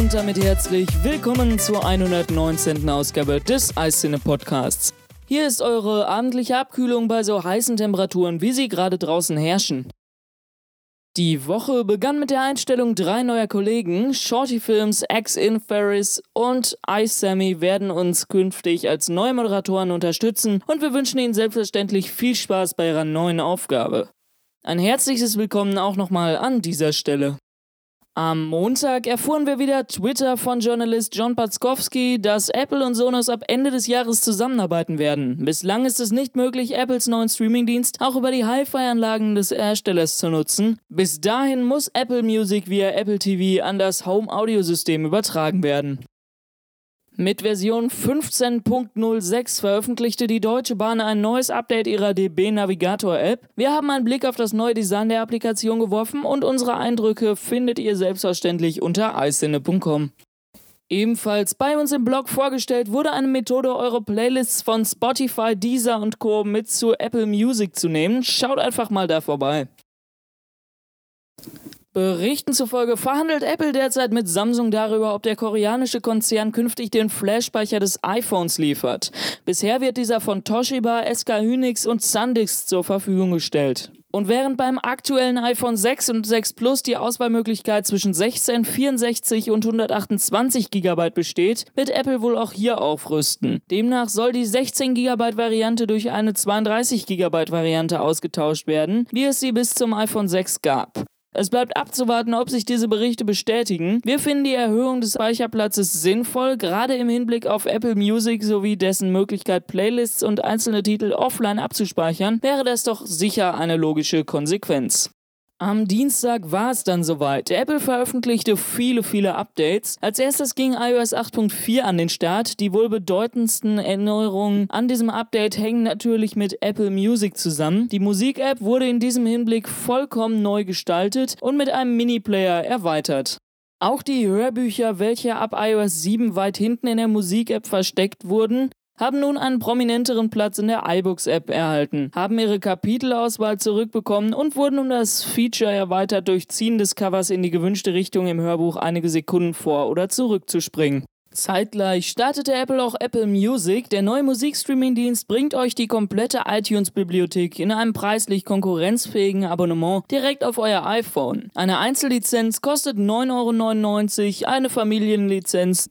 und damit herzlich willkommen zur 119. Ausgabe des Eiszene Podcasts. Hier ist eure abendliche Abkühlung bei so heißen Temperaturen, wie sie gerade draußen herrschen. Die Woche begann mit der Einstellung 3 neuer Kollegen. Shorty Films, X-In Ferris und Ice Sammy werden uns künftig als neue Moderatoren unterstützen und wir wünschen ihnen selbstverständlich viel Spaß bei ihrer neuen Aufgabe. Ein herzliches Willkommen auch nochmal an dieser Stelle. Am Montag erfuhren wir wieder Twitter von Journalist John Paczkowski, dass Apple und Sonos ab Ende des Jahres zusammenarbeiten werden. Bislang ist es nicht möglich, Apples neuen Streamingdienst auch über die Hi-Fi-Anlagen des Herstellers zu nutzen. Bis dahin muss Apple Music via Apple TV an das Home-Audio-System übertragen werden. Mit Version 15.06 veröffentlichte die Deutsche Bahn ein neues Update ihrer DB Navigator App. Wir haben einen Blick auf das neue Design der Applikation geworfen und unsere Eindrücke findet ihr selbstverständlich unter eiszene.com. Ebenfalls bei uns im Blog vorgestellt wurde eine Methode, eure Playlists von Spotify, Deezer und Co. mit zu Apple Music zu nehmen. Schaut einfach mal da vorbei. Berichten zufolge verhandelt Apple derzeit mit Samsung darüber, ob der koreanische Konzern künftig den Flash-Speicher des iPhones liefert. Bisher wird dieser von Toshiba, SK Hynix und SanDisk zur Verfügung gestellt. Und während beim aktuellen iPhone 6 und 6 Plus die Auswahlmöglichkeit zwischen 16, 64 und 128 GB besteht, wird Apple wohl auch hier aufrüsten. Demnach soll die 16 GB Variante durch eine 32 GB Variante ausgetauscht werden, wie es sie bis zum iPhone 6 gab. Es bleibt abzuwarten, ob sich diese Berichte bestätigen. Wir finden die Erhöhung des Speicherplatzes sinnvoll, gerade im Hinblick auf Apple Music sowie dessen Möglichkeit, Playlists und einzelne Titel offline abzuspeichern, wäre das doch sicher eine logische Konsequenz. Am Dienstag war es dann soweit. Apple veröffentlichte viele Updates. Als erstes ging iOS 8.4 an den Start. Die wohl bedeutendsten Erneuerungen an diesem Update hängen natürlich mit Apple Music zusammen. Die Musik-App wurde in diesem Hinblick vollkommen neu gestaltet und mit einem Mini-Player erweitert. Auch die Hörbücher, welche ab iOS 7 weit hinten in der Musik-App versteckt wurden, haben nun einen prominenteren Platz in der iBooks-App erhalten, haben ihre Kapitelauswahl zurückbekommen und wurden um das Feature erweitert, durch Ziehen des Covers in die gewünschte Richtung im Hörbuch einige Sekunden vor- oder zurückzuspringen. Zeitgleich startete Apple auch Apple Music. Der neue Musikstreaming-Dienst bringt euch die komplette iTunes-Bibliothek in einem preislich konkurrenzfähigen Abonnement direkt auf euer iPhone. Eine Einzellizenz kostet 9,99 €, eine Familienlizenz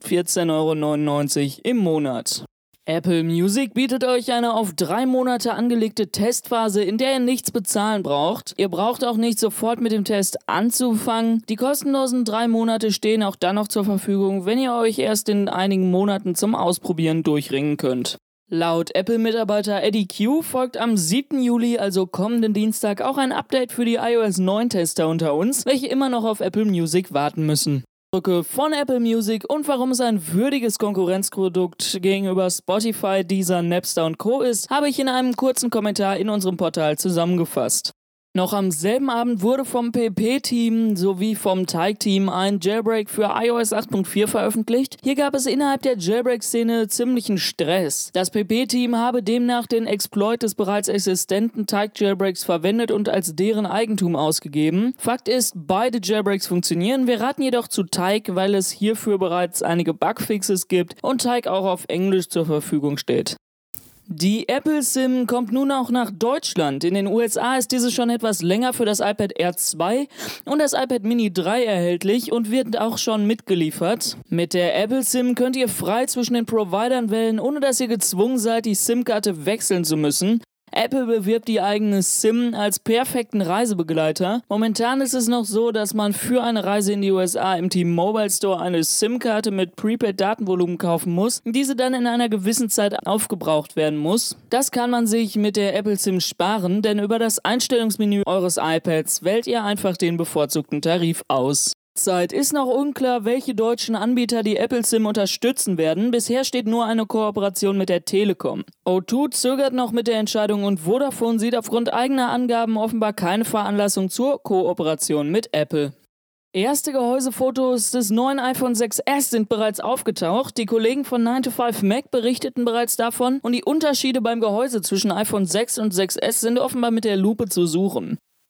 14,99 € im Monat. Apple Music bietet euch eine auf 3 Monate angelegte Testphase, in der ihr nichts bezahlen braucht. Ihr braucht auch nicht sofort mit dem Test anzufangen. Die kostenlosen 3 Monate stehen auch dann noch zur Verfügung, wenn ihr euch erst in einigen Monaten zum Ausprobieren durchringen könnt. Laut Apple-Mitarbeiter Eddie Q folgt am 7. Juli, also kommenden Dienstag, auch ein Update für die iOS 9-Tester unter uns, welche immer noch auf Apple Music warten müssen. Von Apple Music und warum es ein würdiges Konkurrenzprodukt gegenüber Spotify, Deezer, Napster und Co. ist, habe ich in einem kurzen Kommentar in unserem Portal zusammengefasst. Noch am selben Abend wurde vom PP-Team sowie vom Teig-Team ein Jailbreak für iOS 8.4 veröffentlicht. Hier gab es innerhalb der Jailbreak-Szene ziemlichen Stress. Das PP-Team habe demnach den Exploit des bereits existenten Teig-Jailbreaks verwendet und als deren Eigentum ausgegeben. Fakt ist, beide Jailbreaks funktionieren. Wir raten jedoch zu Teig, weil es hierfür bereits einige Bugfixes gibt und Teig auch auf Englisch zur Verfügung steht. Die Apple SIM kommt nun auch nach Deutschland. In den USA ist diese schon etwas länger für das iPad Air 2 und das iPad Mini 3 erhältlich und wird auch schon mitgeliefert. Mit der Apple SIM könnt ihr frei zwischen den Providern wählen, ohne dass ihr gezwungen seid, die SIM-Karte wechseln zu müssen. Apple bewirbt die eigene SIM als perfekten Reisebegleiter. Momentan ist es noch so, dass man für eine Reise in die USA im T-Mobile Store eine SIM-Karte mit Prepaid-Datenvolumen kaufen muss, diese dann in einer gewissen Zeit aufgebraucht werden muss. Das kann man sich mit der Apple SIM sparen, denn über das Einstellungsmenü eures iPads wählt ihr einfach den bevorzugten Tarif aus. Derzeit ist noch unklar, welche deutschen Anbieter die Apple SIM unterstützen werden. Bisher steht nur eine Kooperation mit der Telekom. O2 zögert noch mit der Entscheidung und Vodafone sieht aufgrund eigener Angaben offenbar keine Veranlassung zur Kooperation mit Apple. Erste Gehäusefotos des neuen iPhone 6s sind bereits aufgetaucht. Die Kollegen von 9to5Mac berichteten bereits davon und die Unterschiede beim Gehäuse zwischen iPhone 6 und 6s sind offenbar mit der Lupe zu suchen.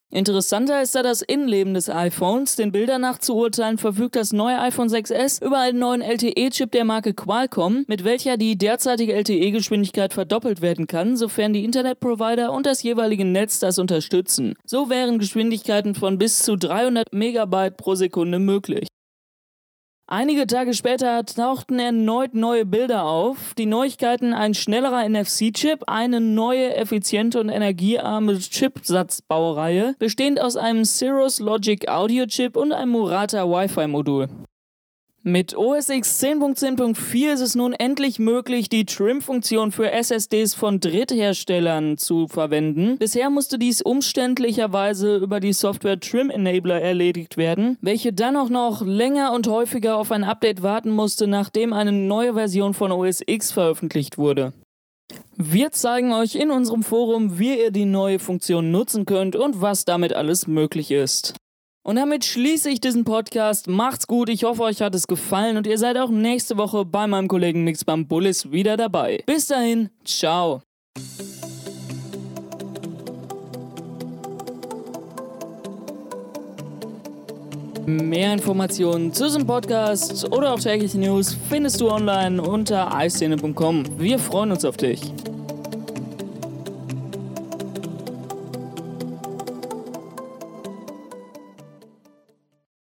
Interessanter ist da das Innenleben des iPhones. Den Bildern nach zu urteilen verfügt das neue iPhone 6s über einen neuen LTE-Chip der Marke Qualcomm, mit welcher die derzeitige LTE-Geschwindigkeit verdoppelt werden kann, sofern die Internetprovider und das jeweilige Netz das unterstützen. So wären Geschwindigkeiten von bis zu 300 Megabyte pro Sekunde möglich. Einige Tage später tauchten erneut neue Bilder auf. Die Neuigkeiten: ein schnellerer NFC-Chip, eine neue, effiziente und energiearme Chipsatzbaureihe, bestehend aus einem Cirrus Logic Audio-Chip und einem Murata Wi-Fi-Modul. Mit OS X 10.10.4 ist es nun endlich möglich, die Trim-Funktion für SSDs von Drittherstellern zu verwenden. Bisher musste dies umständlicherweise über die Software Trim Enabler erledigt werden, welche dann auch noch länger und häufiger auf ein Update warten musste, nachdem eine neue Version von OS X veröffentlicht wurde. Wir zeigen euch in unserem Forum, wie ihr die neue Funktion nutzen könnt und was damit alles möglich ist. Und damit schließe ich diesen Podcast. Macht's gut, ich hoffe, euch hat es gefallen und ihr seid auch nächste Woche bei meinem Kollegen Nix Bambulis wieder dabei. Bis dahin, ciao. Mehr Informationen zu diesem Podcast oder auch tägliche News findest du online unter iScene.com. Wir freuen uns auf dich.